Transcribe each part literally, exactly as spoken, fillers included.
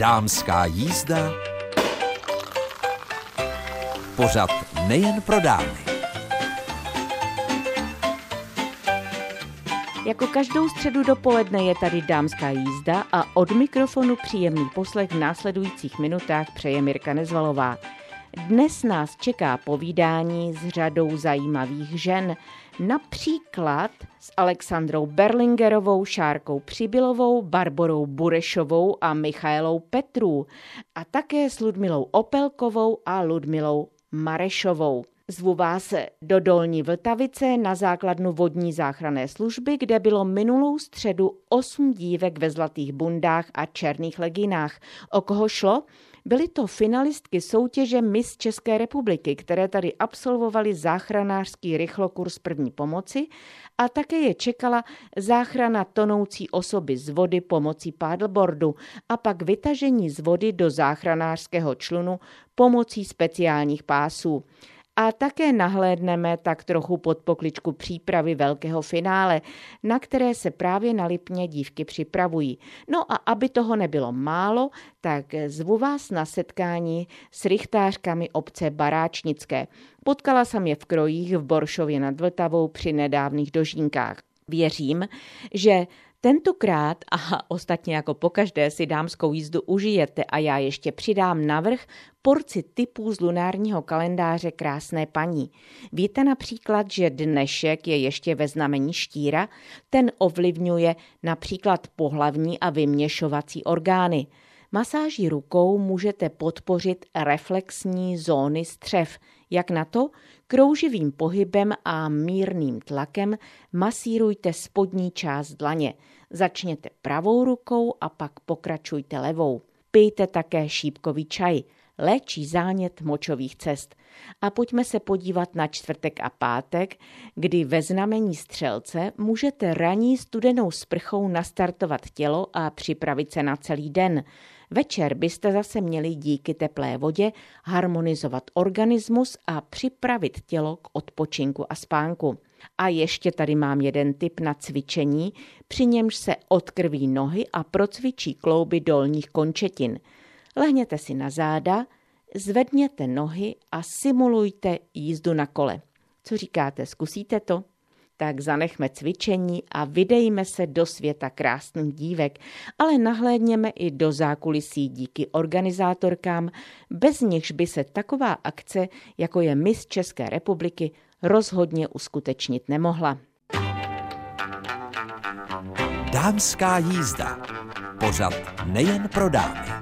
Dámská jízda. Pořad nejen pro dámy. Jako každou středu dopoledne je tady Dámská jízda a od mikrofonu příjemný poslech v následujících minutách přeje Mirka Nezvalová. Dnes nás čeká povídání s řadou zajímavých žen, například s Alexandrou Berlingerovou, Šárkou Přibylovou, Barborou Burešovou a Michaelou Petrů a také s Ludmilou Opelkovou a Ludmilou Marešovou. Zvu vás do Dolní Vltavice na základnu vodní záchranné služby, kde bylo minulou středu osm dívek ve zlatých bundách a černých leginách. O koho šlo? Byly to finalistky soutěže Miss České republiky, které tady absolvovaly záchranářský rychlokurs první pomoci a také je čekala záchrana tonoucí osoby z vody pomocí paddleboardu a pak vytažení z vody do záchranářského člunu pomocí speciálních pásů. A také nahlédneme tak trochu pod pokličku přípravy velkého finále, na které se právě na Lipně dívky připravují. No a aby toho nebylo málo, tak zvu vás na setkání s rychtářkami obce Baráčnické. Potkala jsem je v krojích v Boršově nad Vltavou při nedávných dožínkách. Věřím, že tentokrát a ostatně jako pokaždé si dámskou jízdu užijete a já ještě přidám navrch porci tipů z lunárního kalendáře Krásné paní. Víte například, že dnešek je ještě ve znamení štíra, ten ovlivňuje například pohlavní a vyměšovací orgány. Masáží rukou můžete podpořit reflexní zóny střev. Jak na to? Krouživým pohybem a mírným tlakem masírujte spodní část dlaně. Začněte pravou rukou a pak pokračujte levou. Pijte také šípkový čaj. Léčí zánět močových cest. A pojďme se podívat na čtvrtek a pátek, kdy ve znamení Střelce můžete ranní studenou sprchou nastartovat tělo a připravit se na celý den. Večer byste zase měli díky teplé vodě harmonizovat organismus a připravit tělo k odpočinku a spánku. A ještě tady mám jeden tip na cvičení, při němž se odkrví nohy a procvičí klouby dolních končetin. Lehněte si na záda, zvedněte nohy a simulujte jízdu na kole. Co říkáte, zkusíte to? Tak zanechme cvičení a vydejme se do světa krásných dívek, ale nahlédněme i do zákulisí díky organizátorkám, bez nichž by se taková akce, jako je Miss České republiky, rozhodně uskutečnit nemohla. Dámská jízda. Pořad nejen pro dámy.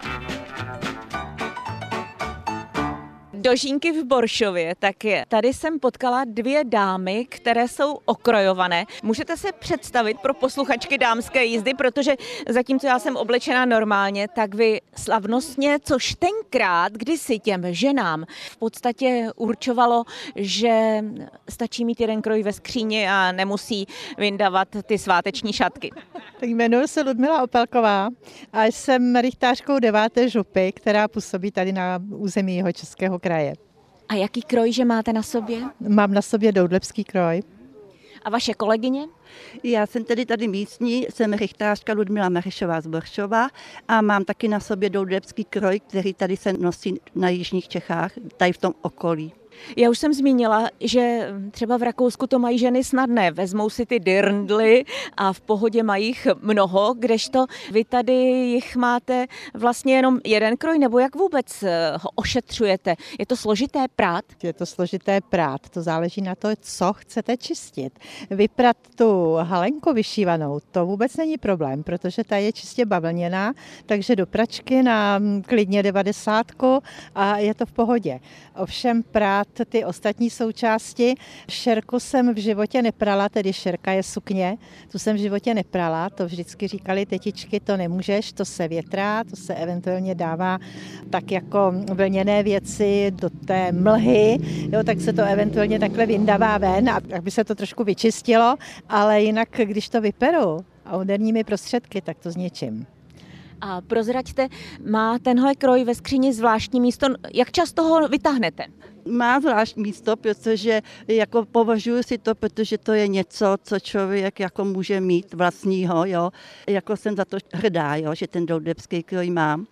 Dožínky v Boršově, tak je. Tady jsem potkala dvě dámy, které jsou okrojované. Můžete se představit pro posluchačky dámské jízdy, protože zatímco já jsem oblečena normálně, tak vy slavnostně, což tenkrát kdysi těm ženám v podstatě určovalo, že stačí mít jeden kroj ve skříni a nemusí vyndavat ty sváteční šatky. Tak jmenuji se Ludmila Opelková a jsem rychtářkou deváté župy, která působí tady na území Jihočeského kraje. A jaký kroj, že máte na sobě? Mám na sobě doudlebský kroj. A vaše kolegyně? Já jsem tedy tady místní, jsem rychtářka Ludmila Marešová z Boršova a mám taky na sobě doudlebský kroj, který tady se nosí na jižních Čechách, tady v tom okolí. Já už jsem zmínila, že třeba v Rakousku to mají ženy snadné. Vezmou si ty dirndly a v pohodě mají jich mnoho, kdežto vy tady jich máte vlastně jenom jeden kroj, nebo jak vůbec ho ošetřujete? Je to složité prát? Je to složité prát, to záleží na to, co chcete čistit. Vyprat tu halenku vyšívanou, to vůbec není problém, protože ta je čistě bavlněná, takže do pračky na klidně devadesátku a je to v pohodě. Ovšem prát ty ostatní součásti. Šerku jsem v životě neprala, tedy šerka je sukně, tu jsem v životě neprala, to vždycky říkali tetičky, to nemůžeš, to se větrá, to se eventuálně dává tak jako vlněné věci do té mlhy, jo, tak se to eventuálně takhle vyndává ven, aby se to trošku vyčistilo, ale jinak, když to vyperu a moderními prostředky, tak to zničím. A prozraďte, má tenhle kroj ve skříni zvláštní místo, jak často ho vytáhnete? Má zvlášť místo, protože jako považuji si to, protože to je něco, co člověk jako může mít vlastního, jo. Jako jsem za to hrdá, jo, že ten doudebský kroj mám.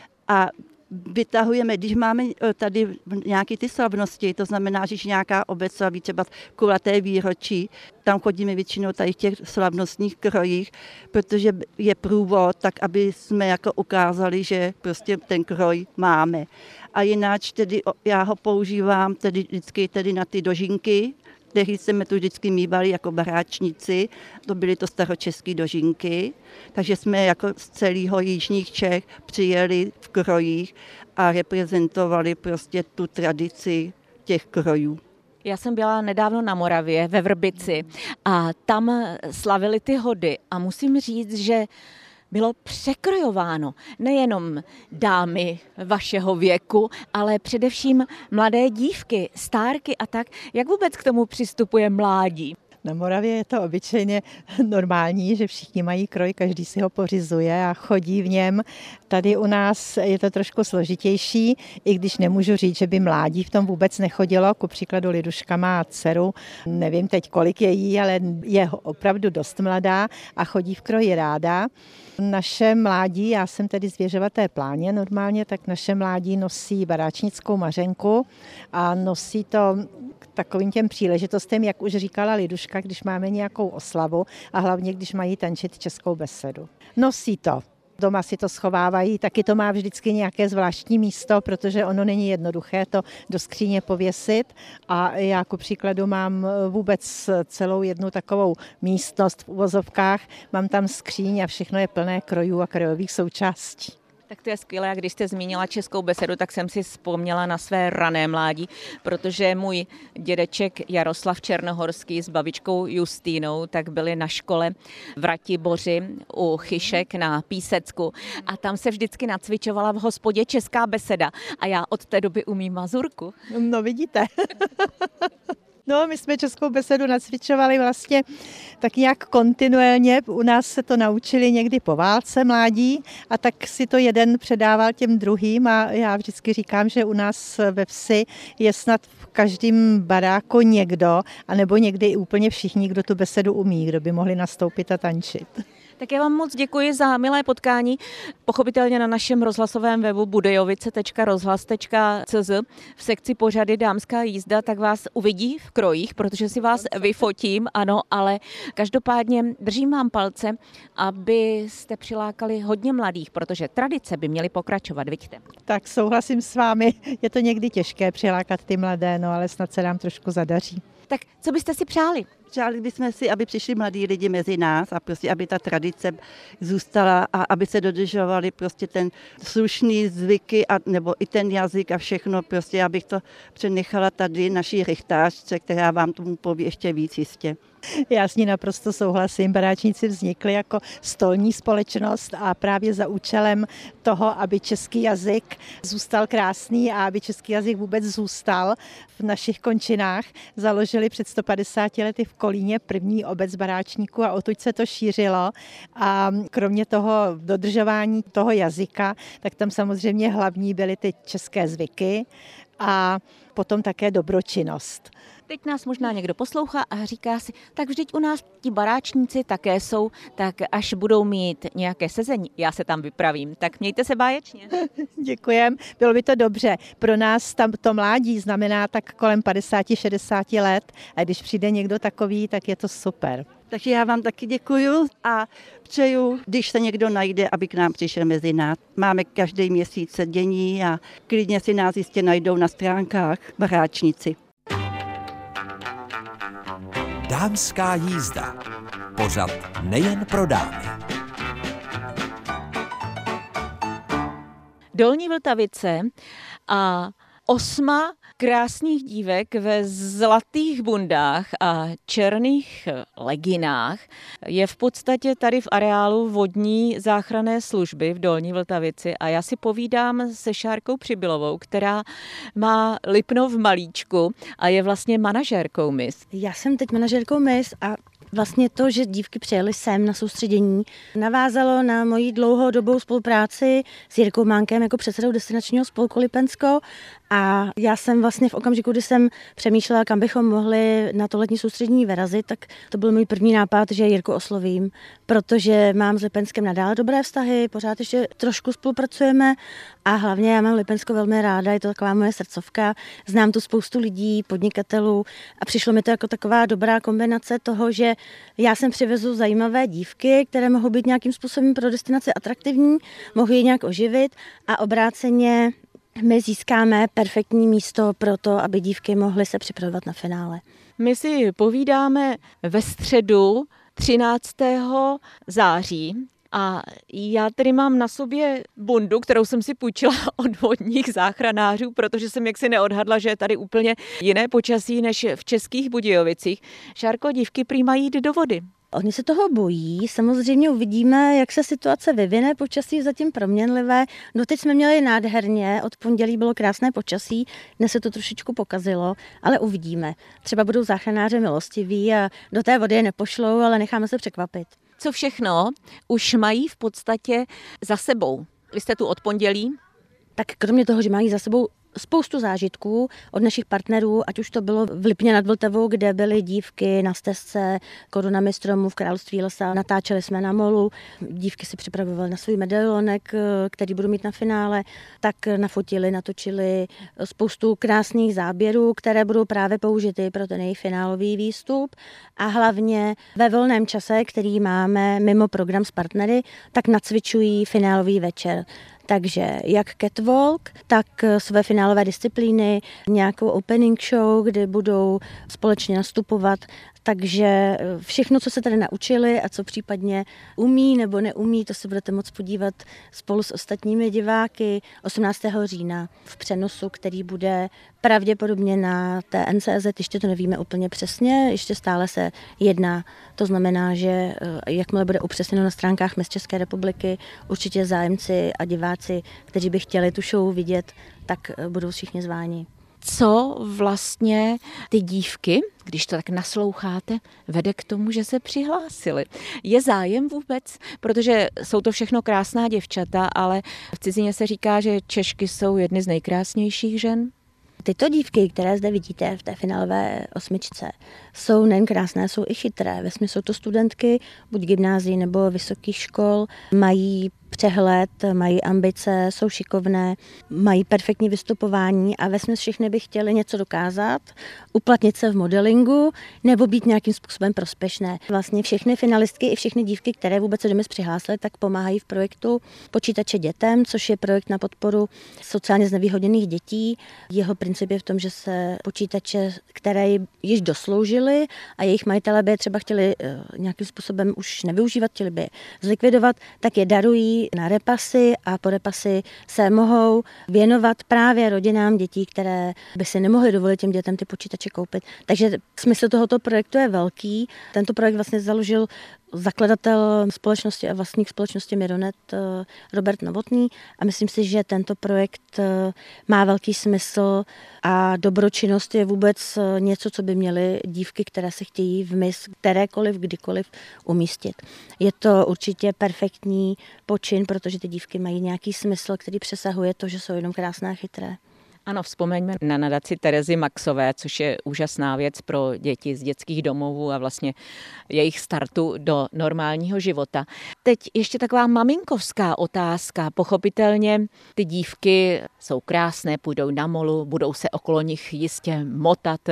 A vytahujeme, když máme tady nějaké ty slavnosti, to znamená, že nějaká obec slaví třeba kulaté výročí, tam chodíme většinou tady v těch slavnostních krojích, protože je průvod, tak aby jsme jako ukázali, že prostě ten kroj máme. A jinak tedy já ho používám tedy vždycky tedy na ty dožinky, které jsme tu vždycky mívali jako baráčníci, to byly to staročeské dožinky, takže jsme jako z celého jižních Čech přijeli v krojích a reprezentovali prostě tu tradici těch krojů. Já jsem byla nedávno na Moravě ve Vrbici a tam slavili ty hody a musím říct, že bylo překrojováno nejenom dámy vašeho věku, ale především mladé dívky, stárky a tak. Jak vůbec k tomu přistupuje mládí? Na Moravě je to obyčejně normální, že všichni mají kroj, každý si ho pořizuje a chodí v něm. Tady u nás je to trošku složitější, i když nemůžu říct, že by mládí v tom vůbec nechodilo. Ku příkladu Liduška má dceru, nevím teď, kolik je jí, ale je opravdu dost mladá a chodí v kroji ráda. Naše mládí, já jsem tedy z Věřovaté Pláně normálně, tak naše mládí nosí baráčnickou mařenku a nosí to k takovým těm příležitostem, jak už říkala Liduška, když máme nějakou oslavu a hlavně, když mají tančit českou besedu. Nosí to. Doma si to schovávají, taky to má vždycky nějaké zvláštní místo, protože ono není jednoduché to do skříně pověsit a já ku příkladu mám vůbec celou jednu takovou místnost v uvozovkách, mám tam skříň a všechno je plné krojů a krojových součástí. Tak to je skvělé, a když jste zmínila českou besedu, tak jsem si vzpomněla na své rané mládí, protože můj dědeček Jaroslav Černohorský s babičkou Justínou tak byli na škole v Ratiboři u Chyšek na Písecku a tam se vždycky nacvičovala v hospodě česká beseda a já od té doby umím mazurku. No vidíte. No, my jsme českou besedu nacvičovali vlastně tak nějak kontinuálně. U nás se to naučili někdy po válce mládí a tak si to jeden předával těm druhým a já vždycky říkám, že u nás ve vsi je snad v každém baráku někdo, anebo někdy i úplně všichni, kdo tu besedu umí, kdo by mohli nastoupit a tančit. Tak já vám moc děkuji za milé potkání. Pochopitelně na našem rozhlasovém webu budejovice tečka rozhlas tečka cé zet v sekci pořady Dámská jízda, tak vás uvidí v krojích, protože si vás vyfotím, ano, ale každopádně držím vám palce, abyste přilákali hodně mladých, protože tradice by měly pokračovat, vidíte. Tak souhlasím s vámi, je to někdy těžké přilákat ty mladé, no ale snad se nám trošku zadaří. Tak co byste si přáli? Přáli bychom si, aby přišli mladí lidi mezi nás a prostě, aby ta tradice zůstala a aby se dodržovali prostě ten slušný zvyky a, nebo i ten jazyk a všechno. Prostě abych to přenechala tady naší rychtářce, která vám tomu poví ještě víc jistě. Já s ní naprosto souhlasím. Baráčníci vznikly jako stolní společnost a právě za účelem toho, aby český jazyk zůstal krásný a aby český jazyk vůbec zůstal v našich končinách, založili před sto padesáti lety v Kolíně první obec baráčníků a odtud se to šířilo. A kromě toho dodržování toho jazyka, tak tam samozřejmě hlavní byly ty české zvyky a potom také dobročinnost. Teď nás možná někdo poslouchá a říká si, tak vždyť u nás ti baráčníci také jsou, tak až budou mít nějaké sezení, já se tam vypravím. Tak mějte se báječně. Děkujem, bylo by to dobře. Pro nás tam to mládí znamená tak kolem padesát šedesát let a když přijde někdo takový, tak je to super. Takže já vám taky děkuju a přeju, když se někdo najde, aby k nám přišel mezi nás. Máme každý měsíc dění a klidně si nás jistě najdou na stránkách Baráčníci. Dámská jízda. Pořad nejen pro dámy. Dolní Vltavice a osma krásných dívek ve zlatých bundách a černých leginách je v podstatě tady v areálu vodní záchranné služby v Dolní Vltavici a já si povídám se Šárkou Přibylovou, která má Lipnov malíčku a je vlastně manažérkou Miss. Já jsem teď manažérkou Miss a vlastně to, že dívky přijeli sem na soustředění, navázalo na moji dlouhodobou spolupráci s Jirkou Mánkem jako předsedou destinačního spolku Lipensko A já jsem vlastně v okamžiku, kdy jsem přemýšlela, kam bychom mohli na to letní soustředění vyrazit, tak to byl můj první nápad, že Jirku oslovím, protože mám s Lipenskem nadále dobré vztahy, pořád ještě trošku spolupracujeme a hlavně já mám Lipensko velmi ráda, je to taková moje srdcovka, znám tu spoustu lidí, podnikatelů a přišlo mi to jako taková dobrá kombinace toho, že já sem přivezu zajímavé dívky, které mohou být nějakým způsobem pro destinaci atraktivní, mohu je nějak oživit a obráceně my získáme perfektní místo pro to, aby dívky mohly se připravovat na finále. My si povídáme ve středu třináctého září a já tedy mám na sobě bundu, kterou jsem si půjčila od vodních záchranářů, protože jsem jaksi neodhadla, že je tady úplně jiné počasí než v Českých Budějovicích. Šárko, dívky prý mají jít do vody. Oni se toho bojí, samozřejmě uvidíme, jak se situace vyvine, počasí je zatím proměnlivé. Doteď jsme měli nádherně, od pondělí bylo krásné počasí, dnes se to trošičku pokazilo, ale uvidíme. Třeba budou záchranáři milostiví a do té vody je nepošlou, ale necháme se překvapit. Co všechno už mají v podstatě za sebou? Vy jste tu od pondělí? Tak kromě toho, že mají za sebou spoustu zážitků od našich partnerů, ať už to bylo v Lipně nad Vltavou, kde byly dívky na stezce Korunami stromů v Království lesa. Natáčeli jsme na molu, dívky si připravovaly na svůj medailonek, který budou mít na finále, tak nafotili, natočili spoustu krásných záběrů, které budou právě použity pro ten jejich finálový výstup a hlavně ve volném čase, který máme mimo program s partnery, tak nacvičují finálový večer. Takže jak catwalk, tak své finálové disciplíny, nějakou opening show, kde budou společně nastupovat. Takže všechno, co se tady naučili a co případně umí nebo neumí, to se budete moct podívat spolu s ostatními diváky osmnáctého října v přenosu, který bude pravděpodobně na té N C Z, ještě to nevíme úplně přesně, ještě stále se jedná. To znamená, že jakmile bude upřesněno na stránkách Miss České republiky, určitě zájemci a diváci, kteří by chtěli tu show vidět, tak budou všichni zváni. Co vlastně ty dívky, když to tak nasloucháte, vede k tomu, že se přihlásily? Je zájem vůbec? Protože jsou to všechno krásná děvčata, ale v cizině se říká, že Češky jsou jedny z nejkrásnějších žen. Tyto dívky, které zde vidíte v té finálové osmičce, jsou nejen krásné, jsou i chytré. Vesměs jsou to studentky, buď gymnázií nebo vysokých škol, mají přehled, mají ambice, jsou šikovné, mají perfektní vystupování a vesměs všechny by chtěli něco dokázat, uplatnit se v modelingu nebo být nějakým způsobem prospěšné. Vlastně všechny finalistky i všechny dívky, které vůbec se do Miss přihlásily, tak pomáhají v projektu Počítače dětem, což je projekt na podporu sociálně znevýhodněných dětí. Jeho princip je v tom, že se počítače, které již dosloužily a jejich majitelé by je třeba chtěli nějakým způsobem už nevyužívat, chtěli by je zlikvidovat, tak je darují na repasy a po repasy se mohou věnovat právě rodinám dětí, které by si nemohly dovolit těm dětem ty počítače koupit. Takže smysl tohoto projektu je velký. Tento projekt vlastně založil zakladatel společnosti a vlastník společnosti Mironet Robert Novotný a myslím si, že tento projekt má velký smysl a dobročinnost je vůbec něco, co by měly dívky, které se chtějí v Miss kterékoliv, kdykoliv umístit. Je to určitě perfektní počin, protože ty dívky mají nějaký smysl, který přesahuje to, že jsou jenom krásné a chytré. Ano, vzpomeňme na nadaci Terezy Maxové, což je úžasná věc pro děti z dětských domovů a vlastně jejich startu do normálního života. Teď ještě taková maminkovská otázka. Pochopitelně ty dívky jsou krásné, půjdou na molu, budou se okolo nich jistě motat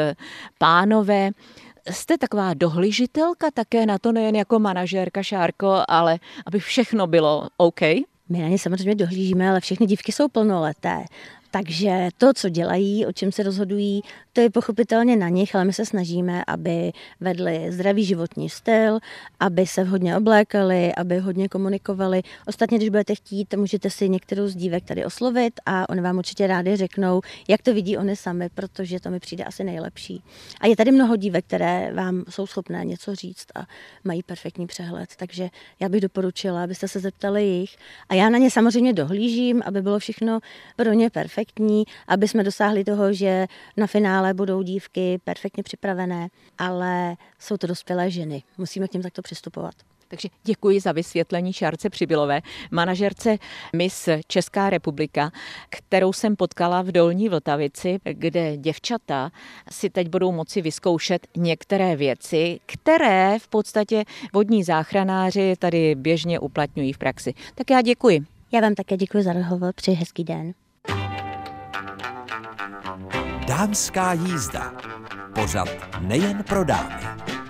pánové. Jste taková dohlížitelka také na to, nejen jako manažérka, Šárko, ale aby všechno bylo OK? My na ně samozřejmě dohlížíme, ale všechny dívky jsou plnoleté. Takže to, co dělají, o čem se rozhodují, to je pochopitelně na nich, ale my se snažíme, aby vedli zdravý životní styl, aby se hodně oblékali, aby hodně komunikovali. Ostatně, když budete chtít, můžete si některou z dívek tady oslovit a oni vám určitě rádi řeknou, jak to vidí oni sami, protože to mi přijde asi nejlepší. A je tady mnoho dívek, které vám jsou schopné něco říct a mají perfektní přehled, takže já bych doporučila, abyste se zeptali jich. A já na ně samozřejmě dohlížím, aby bylo všechno pro ně perfektní. perfektní, aby jsme dosáhli toho, že na finále budou dívky perfektně připravené, ale jsou to dospělé ženy. Musíme k něm takto přistupovat. Takže děkuji za vysvětlení Šárce Přibylové, manažerce Miss Česká republika, kterou jsem potkala v Dolní Vltavici, kde děvčata si teď budou moci vyzkoušet některé věci, které v podstatě vodní záchranáři tady běžně uplatňují v praxi. Tak já děkuji. Já vám také děkuji za rozhovor, přeji hezký den. Dámská jízda. Pořad nejen pro dámy.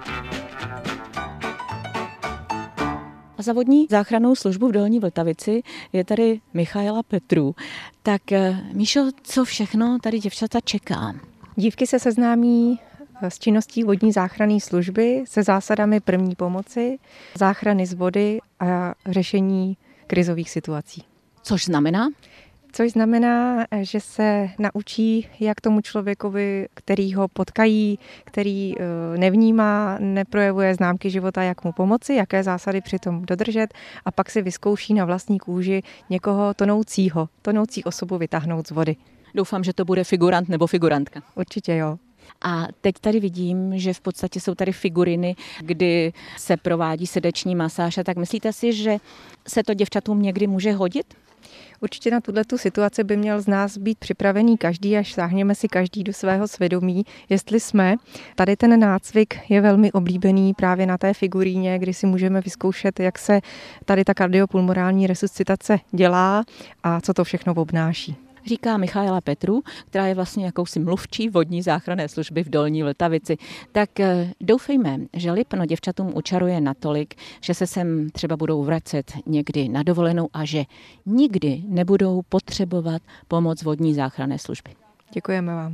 A za vodní záchrannou službu v Dolní Vltavici je tady Michaela Petru. Tak Míšo, co všechno tady děvčata čeká? Dívky se seznámí s činností vodní záchranné služby, se zásadami první pomoci, záchrany z vody a řešení krizových situací. Což znamená? Což znamená, že se naučí, jak tomu člověkovi, který ho potkají, který nevnímá, neprojevuje známky života, jak mu pomoci, jaké zásady přitom dodržet, a pak si vyzkouší na vlastní kůži někoho tonoucího, tonoucí osobu vytáhnout z vody. Doufám, že to bude figurant nebo figurantka. Určitě jo. A teď tady vidím, že v podstatě jsou tady figuriny, kdy se provádí srdeční masáž. Tak myslíte si, že se to děvčatům někdy může hodit? Určitě na tuto situaci by měl z nás být připravený každý, až sáhneme si každý do svého svědomí, jestli jsme. Tady ten nácvik je velmi oblíbený právě na té figuríně, kdy si můžeme vyzkoušet, jak se tady ta kardiopulmonální resuscitace dělá a co to všechno obnáší. Říká Michaela Petru, která je vlastně jakousi mluvčí vodní záchranné služby v Dolní Vltavici. Tak doufejme, že Lipno děvčatům učaruje natolik, že se sem třeba budou vracet někdy na dovolenou a že nikdy nebudou potřebovat pomoc vodní záchranné služby. Děkujeme vám.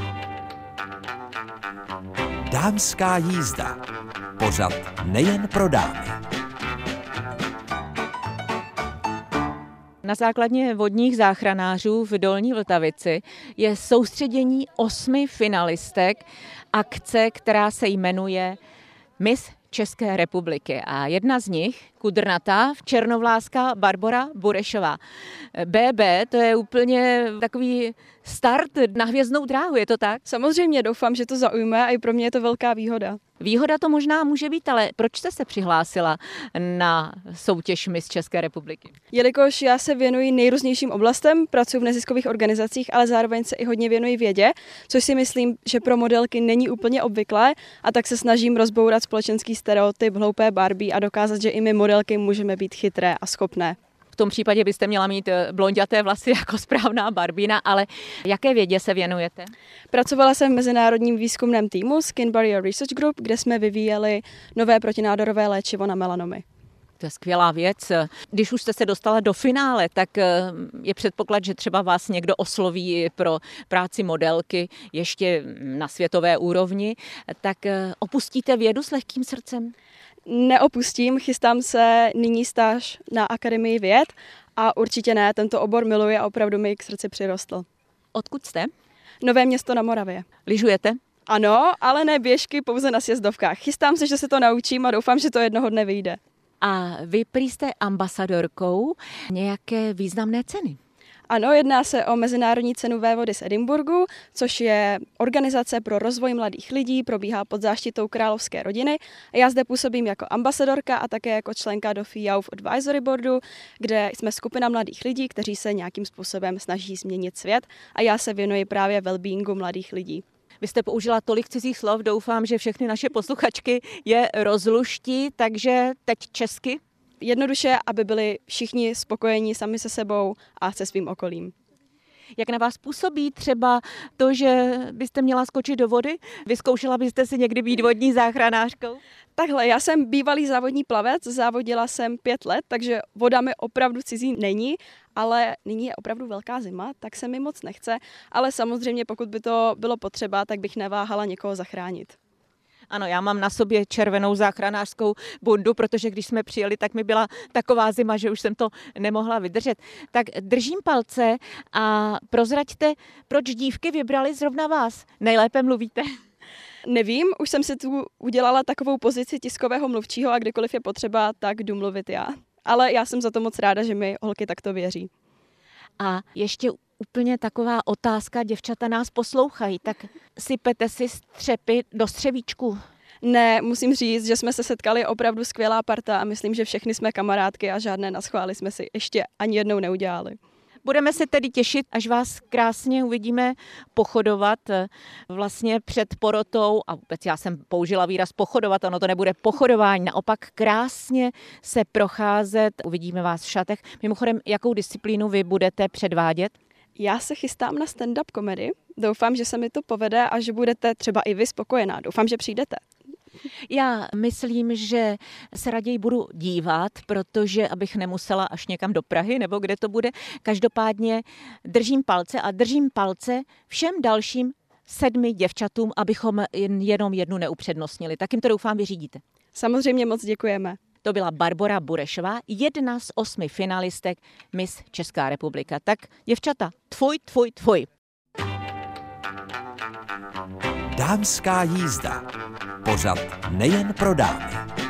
Dámská jízda. Pořad nejen pro dámy. Na základně vodních záchranářů v Dolní Vltavici je soustředění osmi finalistek akce, která se jmenuje Miss České republiky. A jedna z nich, kudrnatá, černovláská Barbora Burešová. bé bé, to je úplně takový start na hvězdnou dráhu, je to tak? Samozřejmě, doufám, že to zaujme a i pro mě je to velká výhoda. Výhoda to možná může být, ale proč jste se přihlásila na soutěž Miss České republiky? Jelikož já se věnuji nejrůznějším oblastem, pracuji v neziskových organizacích, ale zároveň se i hodně věnuji vědě, což si myslím, že pro modelky není úplně obvyklé, a tak se snažím rozbourat společenský stereotyp hloupé Barbie a dokázat, že i my modelky můžeme být chytré a schopné. V tom případě byste měla mít blonďaté vlasy jako správná Barbína, ale jaké vědě se věnujete? Pracovala jsem v mezinárodním výzkumném týmu Skin Barrier Research Group, kde jsme vyvíjeli nové protinádorové léčivo na melanomy. To je skvělá věc. Když už jste se dostala do finále, tak je předpoklad, že třeba vás někdo osloví pro práci modelky ještě na světové úrovni. Tak opustíte vědu s lehkým srdcem? Neopustím, chystám se nyní stáž na Akademii věd a určitě ne, tento obor miluji a opravdu mi k srdci přirostl. Odkud jste? Nové Město na Moravě. Lyžujete? Ano, ale ne běžky, pouze na sjezdovkách. Chystám se, že se to naučím a doufám, že to jednoho dne vyjde. A vy prý jste ambasadorkou nějaké významné ceny? Ano, jedná se o mezinárodní cenu vévody z Edinburghu, což je organizace pro rozvoj mladých lidí, probíhá pod záštitou královské rodiny. Já zde působím jako ambasadorka a také jako členka do F I A U F Advisory Boardu, kde jsme skupina mladých lidí, kteří se nějakým způsobem snaží změnit svět, a já se věnuji právě wellbeingu mladých lidí. Vy jste použila tolik cizích slov, doufám, že všechny naše posluchačky je rozluští, takže teď česky. Jednoduše, aby byli všichni spokojení sami se sebou a se svým okolím. Jak na vás působí třeba to, že byste měla skočit do vody? Vyzkoušela byste si někdy být vodní záchranářkou? Takhle, já jsem bývalý závodní plavec, závodila jsem pět let, takže voda mi opravdu cizí není, ale nyní je opravdu velká zima, tak se mi moc nechce, ale samozřejmě pokud by to bylo potřeba, tak bych neváhala někoho zachránit. Ano, já mám na sobě červenou záchranářskou bundu, protože když jsme přijeli, tak mi byla taková zima, že už jsem to nemohla vydržet. Tak držím palce a prozraďte, proč dívky vybrali zrovna vás. Nejlépe mluvíte. Nevím, už jsem si tu udělala takovou pozici tiskového mluvčího a kdykoliv je potřeba, tak jdu mluvit já. Ale já jsem za to moc ráda, že mi holky takto věří. A ještě úplně taková otázka, děvčata nás poslouchají, tak sypete si střepy do střevíčku? Ne, musím říct, že jsme se setkali opravdu skvělá parta a myslím, že všechny jsme kamarádky a žádné naschvály jsme si ještě ani jednou neudělali. Budeme se tedy těšit, až vás krásně uvidíme pochodovat vlastně před porotou, a vůbec já jsem použila výraz pochodovat, ono to nebude pochodování, naopak krásně se procházet, uvidíme vás v šatech. Mimochodem, jakou disciplínu vy budete předvádět? Já se chystám na stand-up komedy, doufám, že se mi to povede a že budete třeba i vy spokojená, doufám, že přijdete. Já myslím, že se raději budu dívat, protože abych nemusela až někam do Prahy, nebo kde to bude. Každopádně držím palce a držím palce všem dalším sedmi děvčatům, abychom jenom jednu neupřednostnili. Tak jim to doufám vyřídíte. Samozřejmě moc děkujeme. To byla Barbora Burešová, jedna z osmi finalistek Miss Česká republika. Tak děvčata, tvoj, tvoj, tvoj. Dámská jízda. Pořad nejen pro dámy.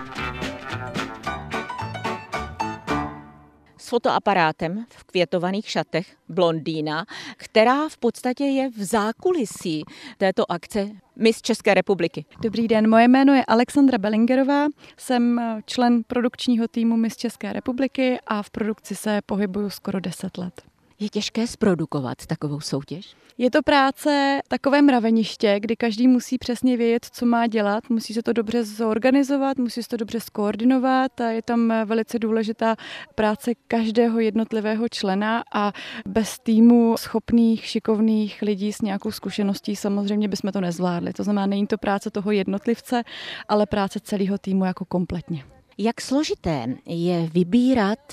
S fotoaparátem v květovaných šatech blondýna, která v podstatě je v zákulisí této akce Miss České republiky. Dobrý den, moje jméno je Alexandra Bellingerová, jsem člen produkčního týmu Miss České republiky a v produkci se pohybuju skoro deset let. Je těžké zprodukovat takovou soutěž? Je to práce takové mraveniště, kdy každý musí přesně vědět, co má dělat, musí se to dobře zorganizovat, musí se to dobře skoordinovat a je tam velice důležitá práce každého jednotlivého člena a bez týmu schopných, šikovných lidí s nějakou zkušeností samozřejmě bychom to nezvládli. To znamená, není to práce toho jednotlivce, ale práce celého týmu jako kompletně. Jak složité je vybírat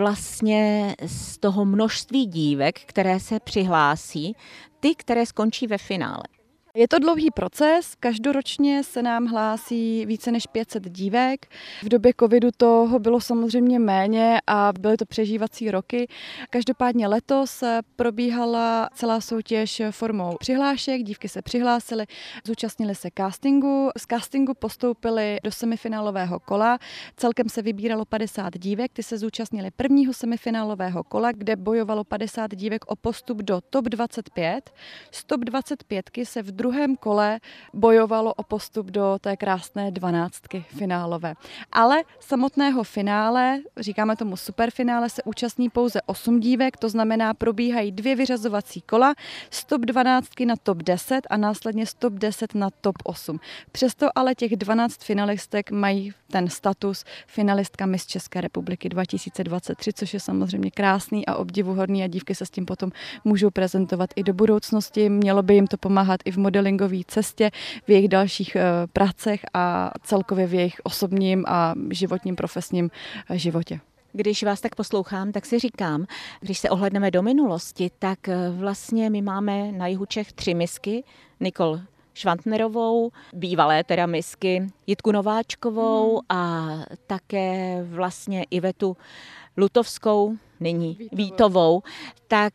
vlastně z toho množství dívek, které se přihlásí, ty, které skončí ve finále? Je to dlouhý proces, každoročně se nám hlásí více než pět set dívek. V době covidu toho bylo samozřejmě méně a byly to přežívací roky. Každopádně letos probíhala celá soutěž formou přihlášek, dívky se přihlásily, zúčastnily se castingu. Z castingu postoupily do semifinálového kola, celkem se vybíralo padesát dívek, ty se zúčastnily prvního semifinálového kola, kde bojovalo padesát dívek o postup do top dvacet pět. Z top dvacet pět se v druhém kole bojovalo o postup do té krásné dvanáctky finálové. Ale samotného finále, říkáme tomu superfinále, se účastní pouze osm dívek, to znamená probíhají dvě vyřazovací kola z top dvanáct na top deset a následně z top deset na top osm. Přesto ale těch dvanáct finalistek mají ten status finalistka Miss České republiky dva tisíce dvacet tři, což je samozřejmě krásný a obdivuhodný a dívky se s tím potom můžou prezentovat i do budoucnosti. Mělo by jim to pomáhat i v modelingové cestě, v jejich dalších uh, pracech a celkově v jejich osobním a životním profesním uh, životě. Když vás tak poslouchám, tak si říkám, když se ohledneme do minulosti, tak vlastně my máme na jihu Čech tři misky, Nikol Švantnerovou, bývalé teda misky Jitku Nováčkovou hmm. a také vlastně Ivetu Lutovskou, nyní Vítovou. Vítovou. Tak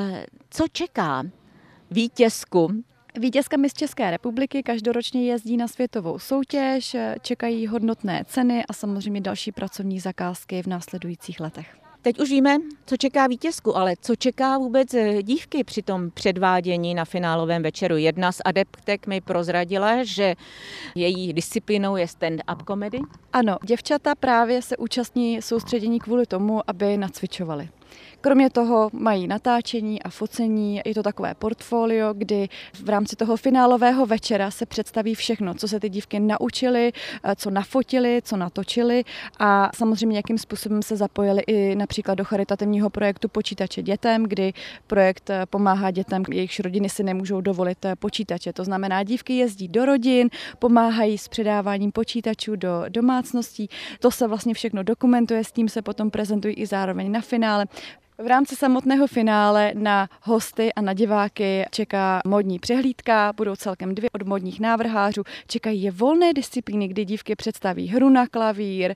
co čeká vítězku? Vítězka Miss České republiky každoročně jezdí na světovou soutěž, čekají hodnotné ceny a samozřejmě další pracovní zakázky v následujících letech. Teď už víme, co čeká vítězku, ale co čeká vůbec dívky při tom předvádění na finálovém večeru. Jedna z adeptek mi prozradila, že její disciplínou je stand-up comedy. Ano, děvčata právě se účastní soustředění kvůli tomu, aby nacvičovaly. Kromě toho mají natáčení a focení, je to takové portfolio, kdy v rámci toho finálového večera se představí všechno, co se ty dívky naučily, co nafotily, co natočily a samozřejmě jakým způsobem se zapojili i například do charitativního projektu Počítače dětem, kdy projekt pomáhá dětem, jejichž rodiny si nemůžou dovolit počítače. To znamená, dívky jezdí do rodin, pomáhají s předáváním počítačů do domácností. To se vlastně všechno dokumentuje, s tím se potom prezentují i zároveň na finále. V rámci samotného finále na hosty a na diváky čeká módní přehlídka, budou celkem dvě od módních návrhářů, čekají je volné disciplíny, kdy dívky představí hru na klavír,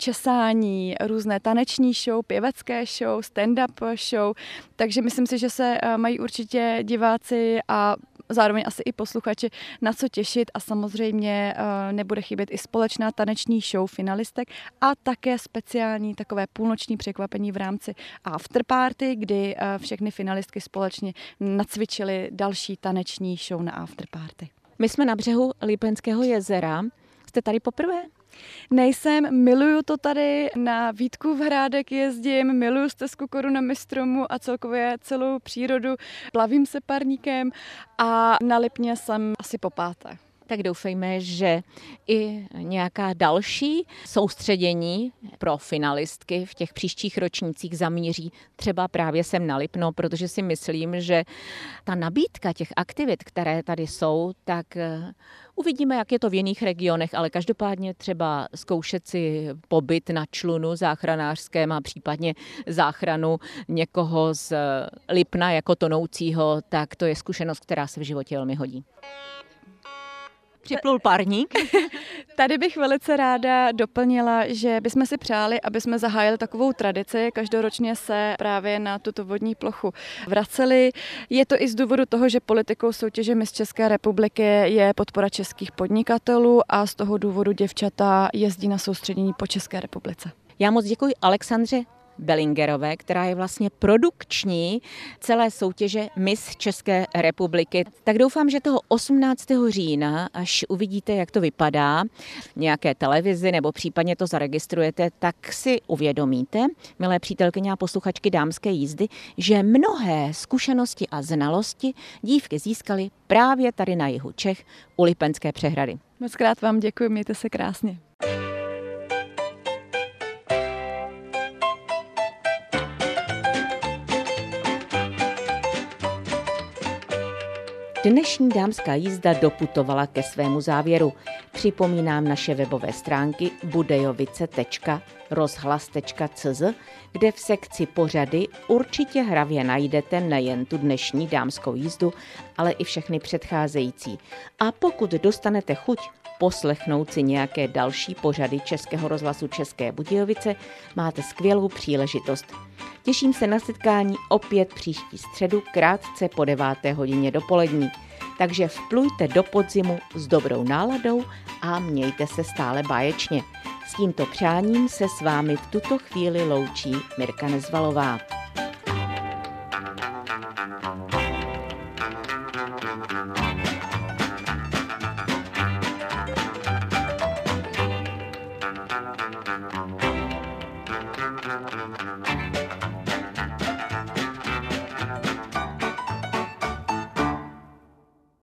česání, různé taneční show, pěvecké show, stand-up show, takže myslím si, že se mají určitě diváci a zároveň asi i posluchači na co těšit a samozřejmě nebude chybět i společná taneční show finalistek a také speciální takové půlnoční překvapení v rámci afterparty, kdy všechny finalistky společně nacvičily další taneční show na afterparty. My jsme na břehu Lípenského jezera. Jste tady poprvé? Nejsem, miluju to tady, na Vítkův Hrádek jezdím, miluju stezku Korunami stromu a celkově celou přírodu, plavím se parníkem a na Lipně jsem asi po páté. Tak doufejme, že i nějaká další soustředění pro finalistky v těch příštích ročnících zamíří třeba právě sem na Lipno, protože si myslím, že ta nabídka těch aktivit, které tady jsou, tak uvidíme, jak je to v jiných regionech, ale každopádně třeba zkoušet si pobyt na člunu záchranářském a případně záchranu někoho z Lipna jako tonoucího, tak to je zkušenost, která se v životě velmi hodí. Připlul parník. Tady bych velice ráda doplnila, že bychom si přáli, aby jsme zahájili takovou tradici, každoročně se právě na tuto vodní plochu vraceli. Je to i z důvodu toho, že politikou soutěže Miss České republiky je podpora českých podnikatelů a z toho důvodu děvčata jezdí na soustředění po České republice. Já moc děkuji Alexandře Bellingerové, která je vlastně produkční celé soutěže Miss České republiky. Tak doufám, že toho osmnáctého října, až uvidíte, jak to vypadá v nějaké televizi nebo případně to zaregistrujete, tak si uvědomíte, milé přítelkyně a posluchačky Dámské jízdy, že mnohé zkušenosti a znalosti dívky získaly právě tady na jihu Čech u Lipenské přehrady. Moc krát vám děkuji, mějte se krásně. Dnešní dámská jízda doputovala ke svému závěru. Připomínám naše webové stránky budejovice tečka rozhlas tečka cz, kde v sekci pořady určitě hravě najdete nejen tu dnešní dámskou jízdu, ale i všechny předcházející. A pokud dostanete chuť poslechnout si nějaké další pořady Českého rozhlasu České Budějovice, máte skvělou příležitost. Těším se na setkání opět příští středu krátce po deváté hodině dopolední. Takže vplujte do podzimu s dobrou náladou a mějte se stále báječně. S tímto přáním se s vámi v tuto chvíli loučí Mirka Nezvalová.